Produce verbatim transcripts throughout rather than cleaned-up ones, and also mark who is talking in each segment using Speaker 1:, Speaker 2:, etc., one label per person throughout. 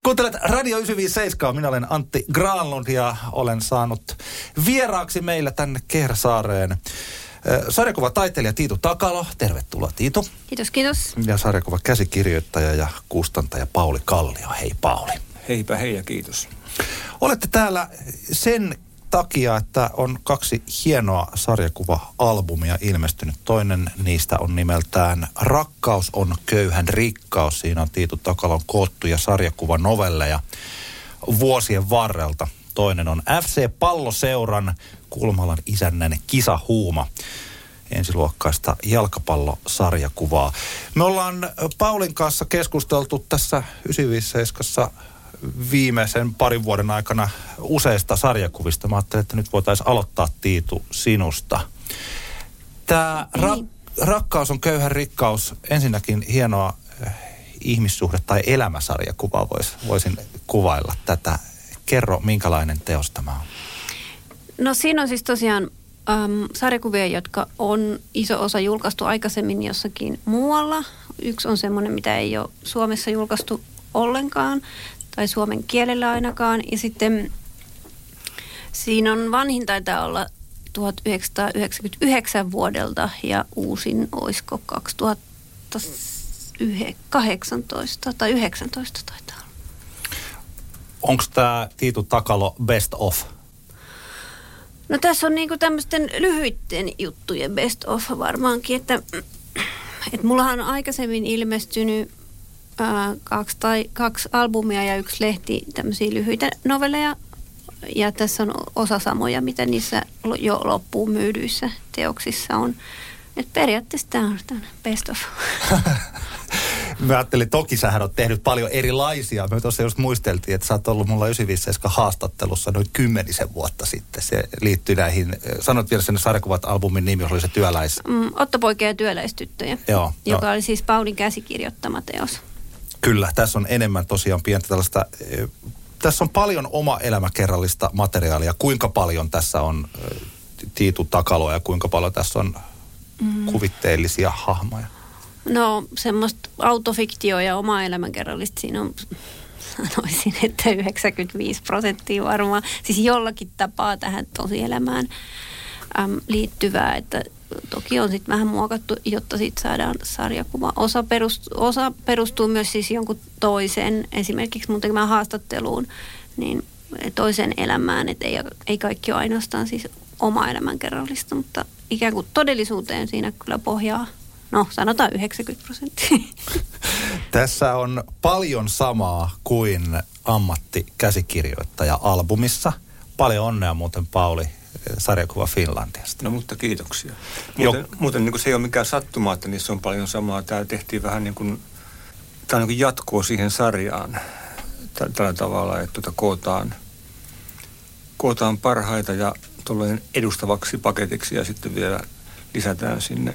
Speaker 1: Kuuntelet Radio yhdeksänsataaviisikymmentäseitsemän. Minä olen Antti Granlund ja olen saanut vieraaksi meillä tänne Kehräsaareen sarjakuvataiteilija Tiitu Takalo. Tervetuloa, Tiitu.
Speaker 2: Kiitos, kiitos.
Speaker 1: Ja sarjakuva käsikirjoittaja ja kustantaja Pauli Kallio. Hei, Pauli.
Speaker 3: Heipä hei ja kiitos.
Speaker 1: Olette täällä sen takia, että on kaksi hienoa sarjakuva-albumia ilmestynyt. Toinen niistä on nimeltään Rakkaus on köyhän rikkaus. Siinä on Tiitu Takalon koottuja sarjakuvanovelleja vuosien varrelta. Toinen on F C Palloseuran Kulmalan isännän Kisahuuma, ensiluokkaista jalkapallosarjakuvaa. Me ollaan Paulin kanssa keskusteltu tässä yhdeksänsataaviisikymmentäseitsemän viimeisen parin vuoden aikana useista sarjakuvista. Mä ajattelin, että nyt voitaisiin aloittaa, Tiitu, sinusta. Tämä ra- Rakkaus on köyhän rikkaus. Ensinnäkin hienoa äh, ihmissuhde- tai elämäsarjakuvaa vois, voisin kuvailla tätä. Kerro, minkälainen teos tämä on?
Speaker 2: No siinä on siis tosiaan äm, sarjakuvia, jotka on iso osa julkaistu aikaisemmin jossakin muualla. Yksi on semmoinen, mitä ei ole Suomessa julkaistu ollenkaan, tai suomen kielellä ainakaan. Ja sitten siinä on vanhin taitaa olla tuhatyhdeksänsataayhdeksänkymmentäyhdeksän vuodelta ja uusin oisko kaksituhattakahdeksantoista tai yhdeksäntoista taitaa olla.
Speaker 1: Onko tämä Tiitu Takalo best of?
Speaker 2: No tässä on niinku tämmöisten lyhyitten juttujen best of varmaankin, että, että mullahan on aikaisemmin ilmestynyt ää, kaksi, tai, kaksi albumia ja yksi lehti tämmöisiä lyhyitä novelleja. Ja tässä on osa samoja, mitä niissä jo loppuun myydyissä teoksissa on. Että periaatteessa tämä on best of.
Speaker 1: Mä ajattelin, toki sähän oot tehnyt paljon erilaisia. Me tuossa just muisteltiin, että sä oot ollut mulla yhdeksänsataaviisikymmentäseitsemän haastattelussa noin kymmenisen vuotta sitten. Se liittyy näihin, sanot vielä sen sarjakuvat-albumin nimi, oli se työläis...
Speaker 2: Mm, Ottopoikia ja työläistyttöjä,
Speaker 1: Joo,
Speaker 2: joka
Speaker 1: no.
Speaker 2: oli siis Paulin käsikirjoittama teos. Kyllä,
Speaker 1: tässä on enemmän tosiaan pientä tällaista... Tässä on paljon oma elämäkerrallista materiaalia. Kuinka paljon tässä on Tiitu Takaloa ja kuinka paljon tässä on mm. kuvitteellisia hahmoja?
Speaker 2: No semmoista autofiktioa ja omaa elämänkerrallista siinä on, sanoisin, että yhdeksänkymmentäviisi prosenttia varmaan. Siis jollakin tapaa tähän tosielämään äm, liittyvää, että toki on sitten vähän muokattu, jotta siitä saadaan sarjakuva. Osa, perust, osa perustuu myös siis jonkun toisen, esimerkiksi mun tekemään haastatteluun, niin toisen elämään, että ei, ei kaikki ole ainoastaan siis oma elämänkerrallista, mutta ikään kuin todellisuuteen siinä kyllä pohjaa. No, sanotaan yhdeksänkymmentä prosenttia.
Speaker 1: Tässä on paljon samaa kuin ammattikäsikirjoittaja-albumissa. Paljon onnea muuten, Pauli, sarjakuva Finlandiasta.
Speaker 3: No, mutta kiitoksia. Muuten, jo. muuten niin kuin se ei ole mikään sattuma, että niissä on paljon samaa. Tämä tehtiin vähän niin kuin, tämä on niin kuin jatkoa siihen sarjaan tällä tavalla, että tuota kootaan, kootaan parhaita ja tuolleen edustavaksi paketiksi ja sitten vielä lisätään sinne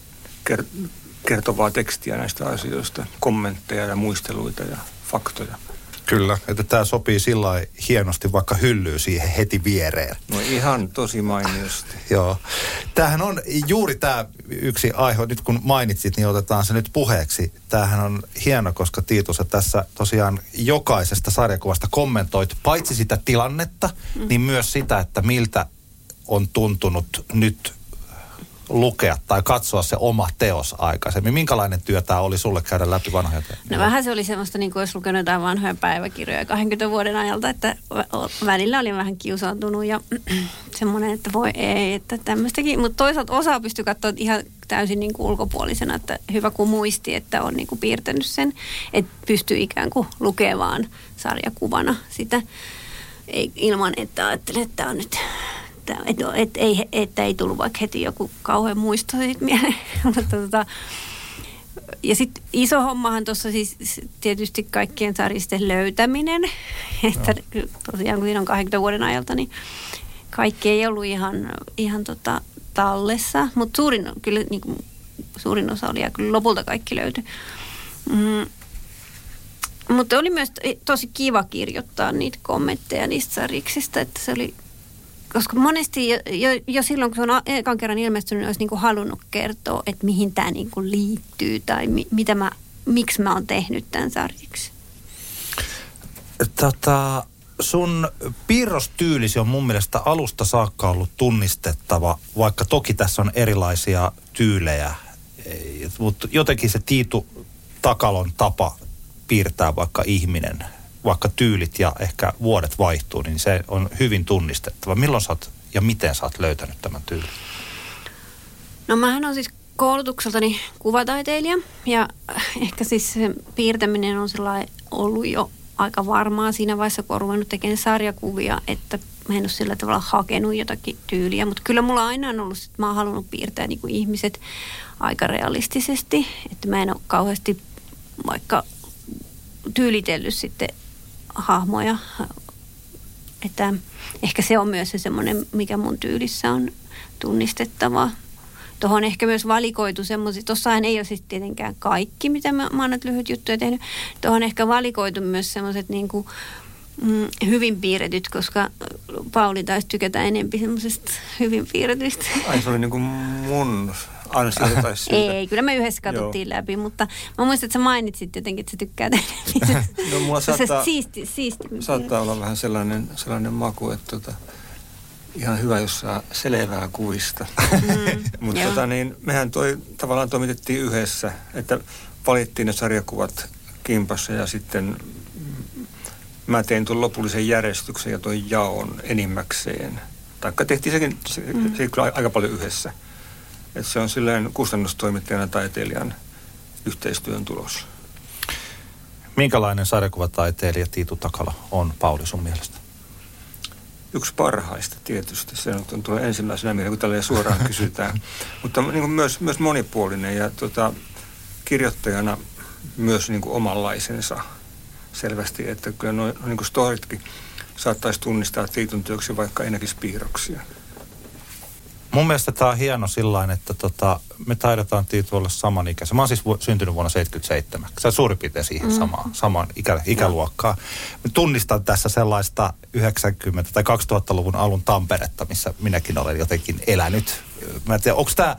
Speaker 3: kertovaa tekstiä näistä asioista, kommentteja ja muisteluita ja faktoja.
Speaker 1: Kyllä, että tämä sopii sillä lailla hienosti vaikka hyllyy siihen heti viereen.
Speaker 3: No ihan tosi mainiosti.
Speaker 1: Joo. Tämähän on juuri tämä yksi aihe, nyt kun mainitsit, niin otetaan se nyt puheeksi. Tämähän on hieno, koska Tiitu, sä tässä tosiaan jokaisesta sarjakuvasta kommentoit paitsi sitä tilannetta, mm. niin myös sitä, että miltä on tuntunut nyt lukea tai katsoa se oma teos aikaisemmin. Minkälainen työ tämä oli sulle käydä läpi vanhoja teosta?
Speaker 2: No vähän se oli semmoista, niin kuin olisi lukenut jotain vanhoja päiväkirjoja kaksikymmentä vuoden ajalta, että välillä olin vähän kiusaantunut ja semmoinen, että voi ei, että tämmöistäkin. Mutta toisaalta osaa pystyy katsoa ihan täysin niin kuin ulkopuolisena, että hyvä kun muisti, että on niin kuin piirtänyt sen, että pystyy ikään kuin lukemaan sarjakuvana sitä ei, ilman, että ajattelee, että tämä on nyt... Että, että, ei, että ei tullut vaikka heti joku kauhean muisto siitä mieleen. tota, ja sitten iso hommahan tuossa siis tietysti kaikkien sarjisten löytäminen. Että tosiaan kun siinä on kaksikymmentä vuoden ajalta, niin kaikki ei ollut ihan, ihan tota tallessa. Mutta suurin, kyllä, niin kuin, suurin osa oli ja kyllä lopulta kaikki löytyi. Mm. Mutta oli myös tosi kiva kirjoittaa niitä kommentteja niistä sarjiksista, että se oli... Koska monesti jo, jo, jo silloin, kun se on ekan kerran ilmestynyt, niin olisi niin kuin halunnut kertoa, että mihin tämä niin kuin liittyy tai mi, mitä mä, miksi mä oon tehnyt tämän sarjiksi.
Speaker 1: Tota, sun piirrostyylisi on mun mielestä alusta saakka ollut tunnistettava, vaikka toki tässä on erilaisia tyylejä. Mutta jotenkin se Tiitu Takalon tapa piirtää vaikka ihminen, vaikka tyylit ja ehkä vuodet vaihtuu, niin se on hyvin tunnistettava. Milloin sä oot ja miten sä oot löytänyt tämän tyylin?
Speaker 2: No mähän on siis koulutukseltani kuvataiteilija ja ehkä siis se piirtäminen on sellainen ollut jo aika varmaa siinä vaiheessa, kun olen ruvennut tekemään sarjakuvia, että mä en ole sillä tavalla hakenut jotakin tyyliä, mutta kyllä mulla aina on ollut, että mä oon halunnut piirtää niin kuin ihmiset aika realistisesti, että mä en ole kauheasti vaikka tyylitellyt sitten hahmoja, että ehkä se on myös se semmoinen, mikä mun tyylissä on tunnistettavaa. Tuohon ehkä myös valikoitu semmoisia, tuossahan ei ole sitten tietenkään kaikki, mitä mä, mä oon näitä lyhyt juttuja tehnyt. Tuohon ehkä valikoitu myös semmoiset niin kuin mm, hyvin piirretyt, koska Pauli taisi tykätä enempi semmoisesta hyvin piirretyistä.
Speaker 3: Ai se oli niin kuin mun ansiota tai syytä.
Speaker 2: Ei, kyllä me yhdessä katsottiin Joo. läpi, mutta mä muistan, että sä mainitsit jotenkin, että sä tykkäät enempi.
Speaker 3: No mulla saattaa,
Speaker 2: siisti, siisti.
Speaker 3: saattaa olla vähän sellainen, sellainen maku, että tota, ihan hyvä, jos saa selvää kuvista. Mm, mutta tota, niin, mehän toi, tavallaan toimitettiin yhdessä, että valittiin ne sarjakuvat kimpassa ja sitten mä tein tuon lopullisen järjestyksen ja toi jaon enimmäkseen. Taikka tehtiin sekin se, mm. se kyllä aika paljon yhdessä. Että se on silleen kustannustoimittajana taiteilijan yhteistyön tulos.
Speaker 1: Minkälainen sarjakuvataiteilija Tiitu Takala on, Pauli, sun mielestä?
Speaker 3: Yksi parhaista tietysti. Se on tuo ensimmäisenä mieleen, kun tälleen suoraan kysytään. Mutta niin kuin myös, myös monipuolinen ja tota, kirjoittajana myös niin kuin omanlaisensa selvästi. Että kyllä noin niin kuin storitkin saattaisi tunnistaa Tiitun työksi, vaikka ei näkisi piirroksia.
Speaker 1: Mun mielestä tämä on hieno sillain, että tota, me taidetaan Tiitu olla samanikäisiä. Mä oon siis vu- syntynyt vuonna seitsemänkymmentäseitsemän. Se on suurin piirtein siihen mm. samaan, samaan ikä, ikäluokkaan. Mä tunnistan tässä sellaista yhdeksänkymmentä- tai kaksituhattaluvun alun Tamperetta, missä minäkin olen jotenkin elänyt. Mä en tiedä, onko tämä...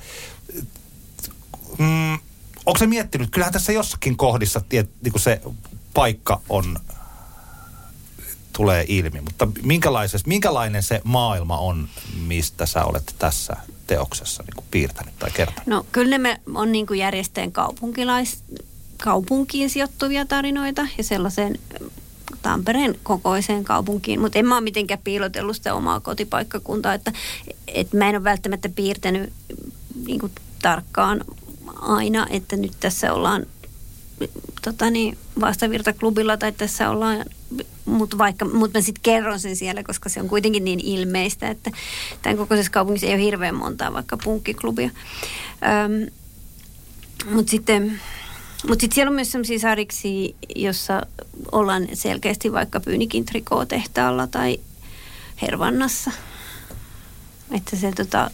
Speaker 1: Mm, onko se miettinyt? Kyllähän tässä jossakin kohdissa tiet, niin kuin se paikka on... tulee ilmi, mutta minkälainen se maailma on, mistä sä olet tässä teoksessa niin kuin piirtänyt tai kertonut?
Speaker 2: No kyllä ne on niin kuin järjestäjän kaupunkilais, kaupunkiin sijoittuvia tarinoita ja sellaiseen Tampereen kokoiseen kaupunkiin, mutta en mä ole mitenkään piilotellut sitä omaa kotipaikkakuntaa, että, että mä en ole välttämättä piirtänyt niin kuin tarkkaan aina, että nyt tässä ollaan tota niin, Vastavirta-klubilla tai tässä ollaan, mutta vaikka, mutta mä sitten kerron sen siellä, koska se on kuitenkin niin ilmeistä, että tämän kokoisessa kaupungissa ei ole hirveän montaa vaikka punkkiklubia. Öm, mutta sitten, mut sit siellä on myös sellaisia sariksi, jossa ollaan selkeästi vaikka Pyynikin trikootehtaalla tai Hervannassa. Että se tota,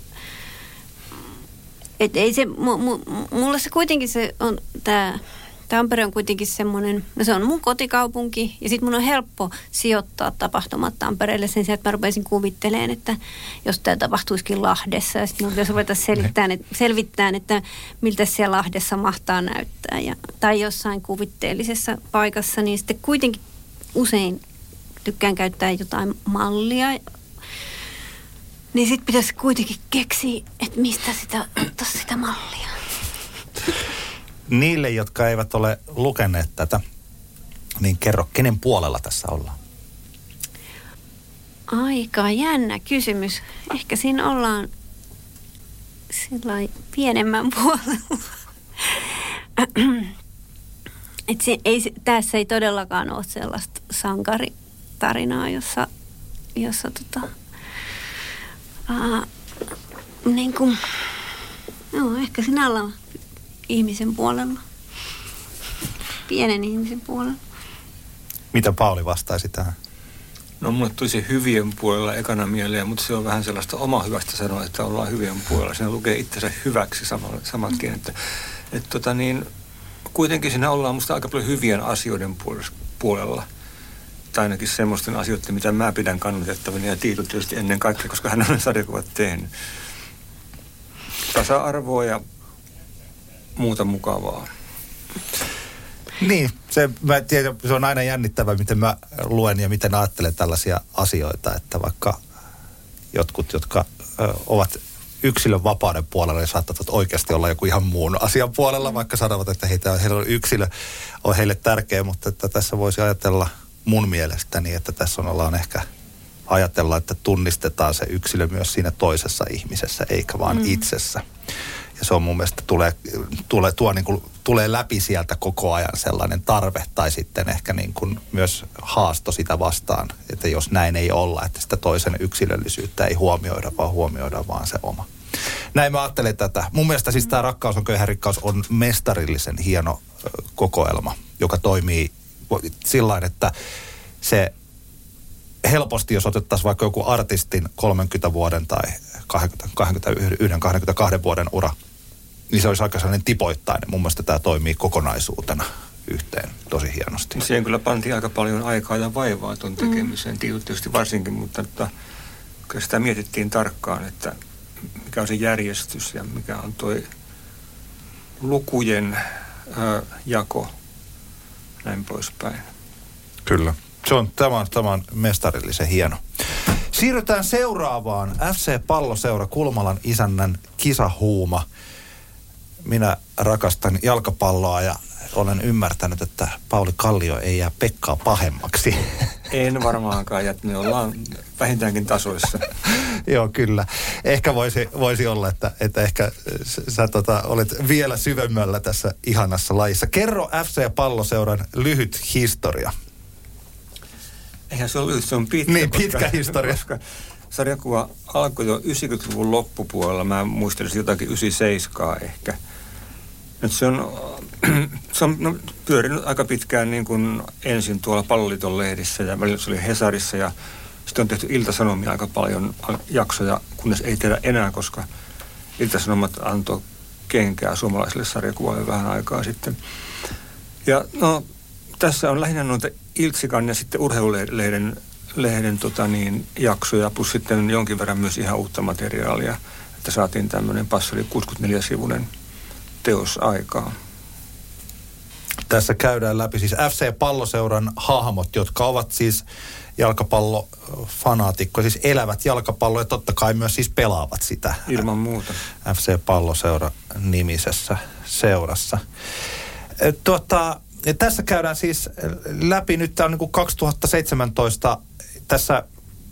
Speaker 2: et ei se, mu, mu, mulla se kuitenkin se on tää, Tampere on kuitenkin semmoinen, no se on mun kotikaupunki ja sitten mun on helppo sijoittaa tapahtumat Tampereelle sen sijaan, että mä rupesin kuvittelemaan, että jos tämä tapahtuisikin Lahdessa ja sitten mun pitäisi ruveta selvittämään, että, selvittämään, että miltä siellä Lahdessa mahtaa näyttää ja, tai jossain kuvitteellisessa paikassa, niin sitten kuitenkin usein tykkään käyttää jotain mallia, niin sitten pitäisi kuitenkin keksiä, että mistä sitä ottaa sitä mallia.
Speaker 1: Niille, jotka eivät ole lukeneet tätä, niin kerro, kenen puolella tässä ollaan?
Speaker 2: Aika jännä kysymys. Ehkä siinä ollaan sillain pienemmän puolella. Et se, ei, tässä ei todellakaan ole sellaista sankaritarinaa, jossa, jossa tota, aa, niin kuin, no, ehkä siinä ollaan ihmisen puolella. Pienen ihmisen puolella.
Speaker 1: Mitä Pauli vastaisi tähän?
Speaker 3: No mulle tuli se hyvien puolella ekana mieleen, mutta se on vähän sellaista oma hyvästä sanoa, että ollaan hyvien puolella. Siinä lukee itsensä hyväksi samatkin. Että, että tota niin, kuitenkin siinä ollaan musta aika paljon hyvien asioiden puolella. Tai ainakin semmoisten asioiden, mitä mä pidän kannatettavina ja Tiitu tietysti ennen kaikkea, koska hän on sarjakuvat tehnyt. Tasa-arvoa ja muuta mukavaa.
Speaker 1: Niin, se, mä tiedän, se on aina jännittävää, miten mä luen ja miten ajattelen tällaisia asioita, että vaikka jotkut, jotka ö, ovat yksilön vapauden puolella, niin saattavat oikeasti olla joku ihan muun asian puolella, vaikka sanovat, että heitä, heillä on yksilö, on heille tärkeä, mutta että tässä voisi ajatella mun mielestäni, että tässä on ollaan ehkä ajatella, että tunnistetaan se yksilö myös siinä toisessa ihmisessä, eikä vaan mm. itsessä. Ja se on mun mielestä tulee, tulee, tuo niin kuin, tulee läpi sieltä koko ajan sellainen tarve tai sitten ehkä niin kuin myös haasto sitä vastaan, että jos näin ei olla, että sitä toisen yksilöllisyyttä ei huomioida, vaan huomioida vaan se oma. Näin mä ajattelen tätä. Mun mielestä siis tämä Rakkaus on köyhän rikkaus on mestarillisen hieno kokoelma, joka toimii sillain, että se helposti, jos otettaisiin vaikka joku artistin kolmenkymmenen vuoden tai kaksikymmentäyksi kaksikymmentäkaksi vuoden ura, niin se olisi aika sellainen tipoittainen. Mun mielestä tämä toimii kokonaisuutena yhteen tosi hienosti.
Speaker 3: Siihen kyllä pantiin aika paljon aikaa ja vaivaa tuon tekemiseen, mm. tietysti varsinkin, mutta että, kyllä sitä mietittiin tarkkaan, että mikä on se järjestys ja mikä on toi lukujen ö, jako, näin poispäin.
Speaker 1: Kyllä. Se on, tämä, on, tämä on mestarillisen hieno. Siirrytään seuraavaan. F C Palloseura Kulmalan isännän kisahuuma. Minä rakastan jalkapalloa ja olen ymmärtänyt, että Pauli Kallio ei jää Pekkaa pahemmaksi.
Speaker 3: En varmaankaan, että me ollaan vähintäänkin tasoissa.
Speaker 1: Joo, kyllä. Ehkä voisi, voisi olla, että, että ehkä sä tota, olet vielä syvemmällä tässä ihanassa lajissa. Kerro F C Palloseuran lyhyt historia.
Speaker 3: Eihän se ole lyhyt, se on pitkä.
Speaker 1: Niin, pitkä koska, historia.
Speaker 3: Koska sarjakuva alkoi jo yhdeksänkymmentäluvun loppupuolella. Mä muistelisin jotakin yhdeksänkymmentäseitsemän ehkä. Nyt se on, se on no, pyörinyt aika pitkään niin kuin ensin tuolla Palloliiton lehdissä ja välillä se oli Hesarissa ja sitten on tehty Ilta-Sanomia aika paljon jaksoja, kunnes ei tehdä enää, koska Ilta-Sanomat antoi kenkää suomalaisille sarjakuvalle vähän aikaa sitten. Ja no, tässä on lähinnä noita Iltsikan ja sitten urheilulehden lehden, tota niin, jaksoja, plus sitten jonkin verran myös ihan uutta materiaalia, että saatiin tämmöinen passeli kuusikymmentäneljä-sivuinen teos aikaa.
Speaker 1: Tässä käydään läpi siis F C Palloseuran hahmot, jotka ovat siis jalkapallofanaatikkoja, siis elävät jalkapalloa ja totta kai myös siis pelaavat sitä.
Speaker 3: Ilman muuta.
Speaker 1: F C Palloseura nimisessä seurassa. Tuota, ja tässä käydään siis läpi, nyt tämä on niin kuin kaksituhattaseitsemäntoista, tässä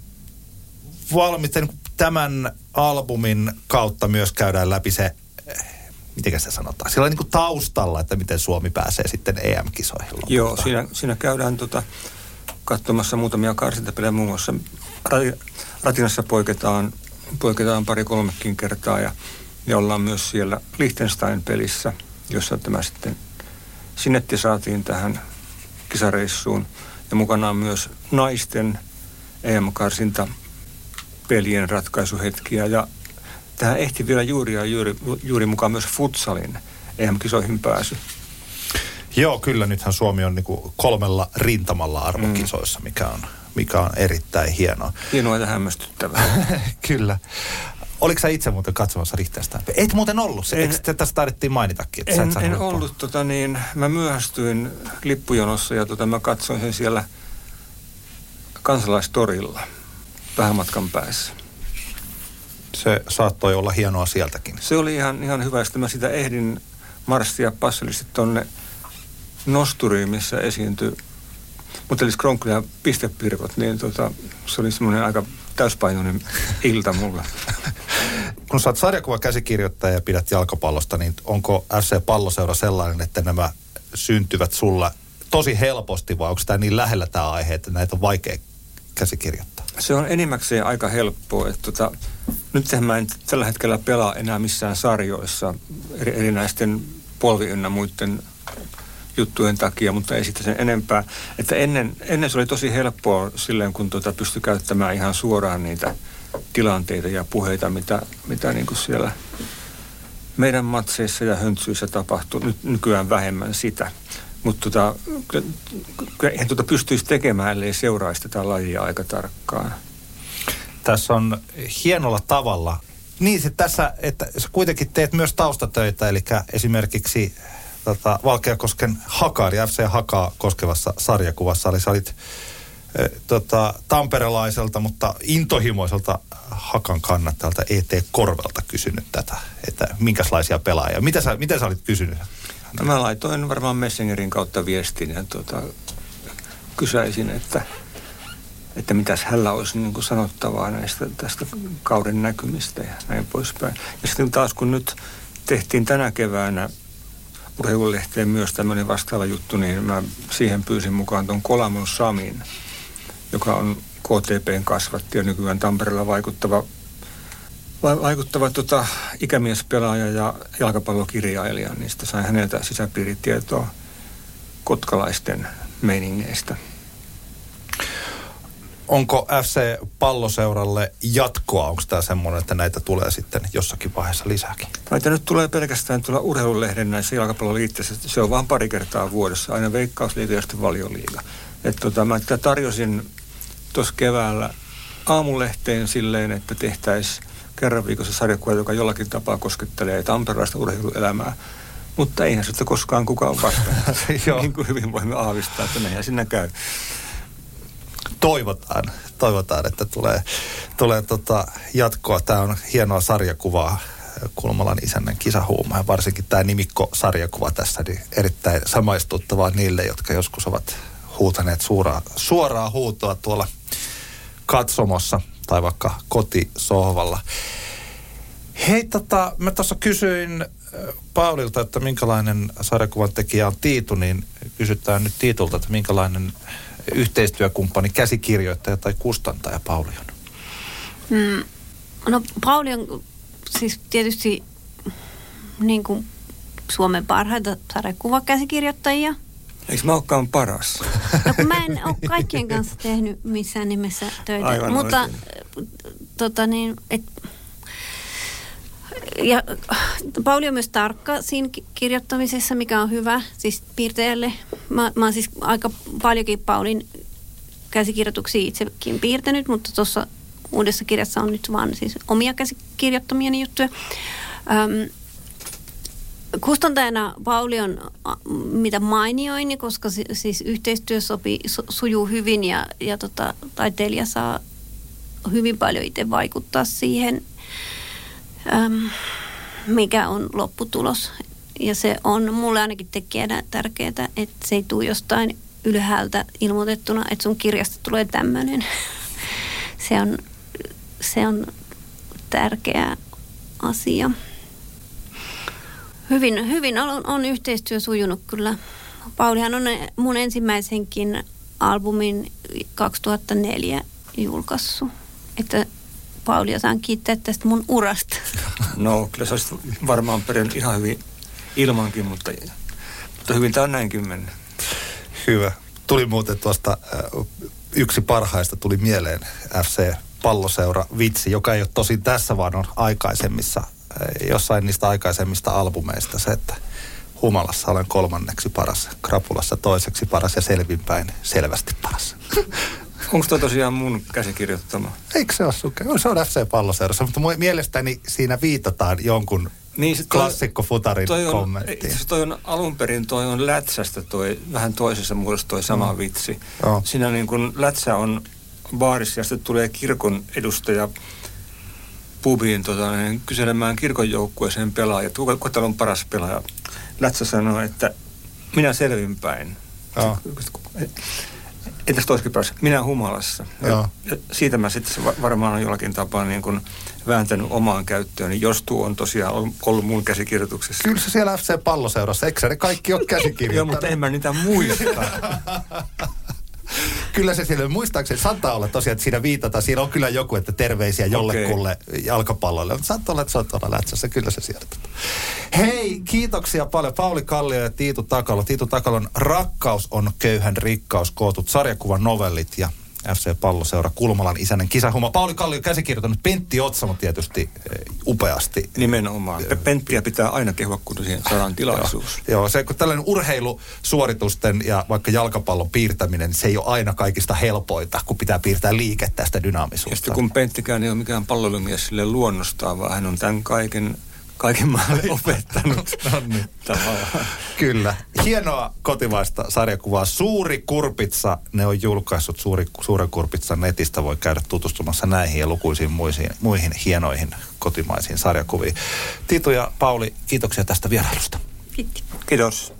Speaker 1: valmisten tämän albumin kautta myös käydään läpi se, miten se sanotaan, sillä on niin kuin taustalla, että miten Suomi pääsee sitten E M-kisoihin.
Speaker 3: Joo, siinä, siinä käydään tota, katsomassa muutamia karsintapelejä muun muassa. Ratinassa poiketaan, poiketaan pari-kolmekin kertaa ja, ja ollaan myös siellä Liechtenstein-pelissä, jossa tämä sitten Sinetti saatiin tähän kisareissuun ja mukana on myös naisten E M-karsinta pelien ratkaisuhetkiä ja tähän ehti vielä juuri ja juuri, juuri mukaan myös futsalin E M-kisoihin pääsy.
Speaker 1: Joo, kyllä. Nythän Suomi on niinku kolmella rintamalla arvokisoissa, mikä on, mikä on erittäin hienoa.
Speaker 3: Hienoa ja hämmästyttävää.
Speaker 1: Kyllä. Oliko sä itse muuten katsomassa Liechtenstein? Et muuten ollut se. En, Eikö tässä taidettiin mainitakin? Että
Speaker 3: en en ollut. Tota niin, mä myöhästyin lippujonossa ja tota, mä katsoin sen siellä Kansalaistorilla vähän matkan päässä.
Speaker 1: Se saattoi olla hienoa sieltäkin.
Speaker 3: Se oli ihan, ihan hyvä. Sitten mä sitä ehdin marssia passillisesti tonne nosturiin, missä esiintyi Mutelis Kronkli ja Pistepirkot, niin tota, se oli semmoinen aika täyspainoinen ilta mulla.
Speaker 1: Kun sä oot sarjakuvakäsikirjoittaja ja pidät jalkapallosta, niin onko F C Palloseura sellainen, että nämä syntyvät sulla tosi helposti, vai onko tämä niin lähellä tämä aihe, että näitä on vaikea käsikirjoittaa?
Speaker 3: Se on enimmäkseen aika helppoa. Että tota, nythän mä en tällä hetkellä pelaa enää missään sarjoissa eri, erinäisten polvi ynnä muiden juttujen takia, mutta ei sitten sen enempää. Että ennen, ennen se oli tosi helppoa silleen, kun tota pystyi käyttämään ihan suoraan niitä tilanteita ja puheita, mitä, mitä niin kuin siellä meidän matseissa ja höntsyissä tapahtui. Nyt nykyään vähemmän sitä. Mutta tota, eihän tuota pystyisi tekemään, ellei seuraisi tätä lajia aika tarkkaan.
Speaker 1: Tässä on hienolla tavalla. Niin, se tässä, että sä kuitenkin teet myös taustatöitä, eli esimerkiksi tota, Valkeakosken Haka, eli F C Hakaa koskevassa sarjakuvassa. Eli sä olit e, tota, tamperelaiselta, mutta intohimoiselta Hakan kannattajalta E T Korvelta kysynyt tätä, että minkälaisia pelaajia. Mitä sä, miten sä olit kysynyt?
Speaker 3: No mä laitoin varmaan Messengerin kautta viestin ja tota, kysäisin, että, että mitäs hänellä olisi niin kuin sanottavaa näistä tästä kauden näkymistä ja näin poispäin. Ja sitten taas kun nyt tehtiin tänä keväänä urheilulehteen myös tämmöinen vastaava juttu, niin mä siihen pyysin mukaan tuon Kolamon Samin, joka on K T P:n kasvatti ja nykyään Tampereella vaikuttava, va, vaikuttava tota, ikämiespelaaja ja jalkapallokirjailija. Niistä sain häneltä sisäpiiritietoa kotkalaisten meiningeistä.
Speaker 1: Onko F C Palloseuralle jatkoa? Onko tämä semmoinen, että näitä tulee sitten jossakin vaiheessa lisääkin?
Speaker 3: Näitä nyt tulee pelkästään tulla urheilulehden näissä jalkapalloliitteissä. Se on vain pari kertaa vuodessa, aina Veikkausliiga ja sitten Valioliiga. Että tota, mä tätä tarjosin tuossa keväällä aamulehteen silleen, että tehtäisiin kerran viikossa sarjakuva, joka jollakin tapaa koskettelee tamperelaista urheiluelämää. Mutta eihän sitä koskaan kukaan vastannut. Niin kuin hyvin voimme aavistaa, että näinhän siinä käy.
Speaker 1: Toivotaan, toivotaan, että tulee, tulee tota jatkoa. Tämä on hienoa sarjakuvaa, Kulmalan isännän kisahuuma. Ja varsinkin tämä nimikko-sarjakuva tässä, niin erittäin samaistuttavaa niille, jotka joskus ovat huutaneet suoraa, suoraa huutoa tuolla katsomossa tai vaikka kotisohvalla. Hei, tota, mä tuossa kysyin Paulilta, että minkälainen sarjakuvan tekijä on Tiitu, niin kysytään nyt Tiitulta, että minkälainen yhteistyökumppani, käsikirjoittaja tai kustantaja Pauli on?
Speaker 2: Mm, no Pauli on siis tietysti niin kuin Suomen parhaita sarjakuvakäsikirjoittajia.
Speaker 3: Eikö mä olekaan paras?
Speaker 2: No kun mä en ole kaikkien kanssa tehnyt missään nimessä töitä.
Speaker 3: Aivan
Speaker 2: mutta
Speaker 3: oikein.
Speaker 2: tota niin, et, ja Pauli on myös tarkka siinä kirjoittamisessa, mikä on hyvä siis piirtäjälle. Mä, mä oon siis aika paljonkin Paulin käsikirjoituksia itsekin piirtänyt, mutta tuossa uudessa kirjassa on nyt vaan siis omia käsikirjoittamieni juttuja. Öm, kustantajana Pauli on mitä mainioin, koska siis yhteistyö sopii, sujuu hyvin ja, ja tota, taiteilija saa hyvin paljon itse vaikuttaa siihen, Öm, mikä on lopputulos. Ja se on mulle ainakin tekijänä tärkeää, että se ei tule jostain ylhäältä ilmoitettuna, että sun kirjasta tulee tämmöinen. Se on, se on tärkeä asia. Hyvin, hyvin on, on yhteistyö sujunut kyllä. Paulihan on mun ensimmäisenkin albumin kaksituhattaneljä julkaissut. Että Paulia saan kiittää tästä mun urasta.
Speaker 3: No, kyllä se olisi varmaan pärjännyt ihan hyvin ilmankin, mutta, mutta hyvin tämä on näinkin mennyt.
Speaker 1: Hyvä. Tuli muuten tuosta äh, yksi parhaista tuli mieleen F C Palloseura vitsi, joka ei ole tosin tässä, vaan on aikaisemmissa, äh, jossain niistä aikaisemmista albumeista se, että humalassa olen kolmanneksi paras, krapulassa toiseksi paras ja selvinpäin selvästi paras.
Speaker 3: Onko toi tosiaan mun käsikirjoittama?
Speaker 1: Eikö se ole sun? Se on F C Palloseurassa, mutta mielestäni siinä viitataan jonkun niin, klassikko-futarin kommenttiin.
Speaker 3: Itse toi on alun perin, toi on Lätsästä toi, vähän toisessa muodossa toi sama mm. vitsi. Oh. Siinä niin kun Lätsä on baarissa ja sitten tulee kirkon edustaja pubiin tota, niin, kyselemään kirkon joukkueeseen pelaajat. Kuka täällä on paras pelaaja? Lätsä sanoo, että minä selvinpäin. Oh. Entäs toisikin paras? Minä humalassa. Ja, ja siitä mä sitten varmaan on jollakin tapaa niin kuin vääntänyt omaan käyttöön, niin jos tuo on tosiaan ollut mun käsikirjoituksessa.
Speaker 1: Kyllä se siellä F C Palloseurassa, eikö ne kaikki ole käsikirjoittanut?
Speaker 3: Joo, mutta en mä niitä muista.
Speaker 1: Kyllä se siellä muistaakseni saattaa olla tosiaan, että siinä viitataan, siinä on kyllä joku, että terveisiä jollekulle okay. jalkapalloille. Mutta saattaa olla, että se on tuolla Lätsässä, kyllä se sieltä. Hei, kiitoksia paljon Pauli Kallio ja Tiitu Takalo. Tiitu Takalon Rakkaus on köyhän rikkaus, kootut sarjakuvan novellit ja F C Palloseura Kulmalan isännän kisahuma. Pauli Kallio käsikirjoittanut, Pentti Otsamo tietysti upeasti.
Speaker 3: Nimenomaan. Penttiä pitää aina kehua, kun siihen saadaan tilaisuus.
Speaker 1: Joo, joo, se kun tällainen urheilusuoritusten ja vaikka jalkapallon piirtäminen, se ei ole aina kaikista helpoita, kun pitää piirtää liikettä sitä dynaamisuutta.
Speaker 3: Ja sitten kun Penttikään ei ole mikään palloilumies sille luonnostaan, vaan hän on tämän kaiken kaiken maailman opettanut.
Speaker 1: No niin. Kyllä. Hienoa kotimaista sarjakuvaa. Suuri Kurpitsa, ne on julkaissut Suuri, Suuren Kurpitsan netistä. Voi käydä tutustumassa näihin ja lukuisiin muihin, muihin hienoihin kotimaisiin sarjakuviin. Tiitu ja Pauli, kiitoksia tästä vierailusta.
Speaker 2: Kiitos.
Speaker 3: Kiitos.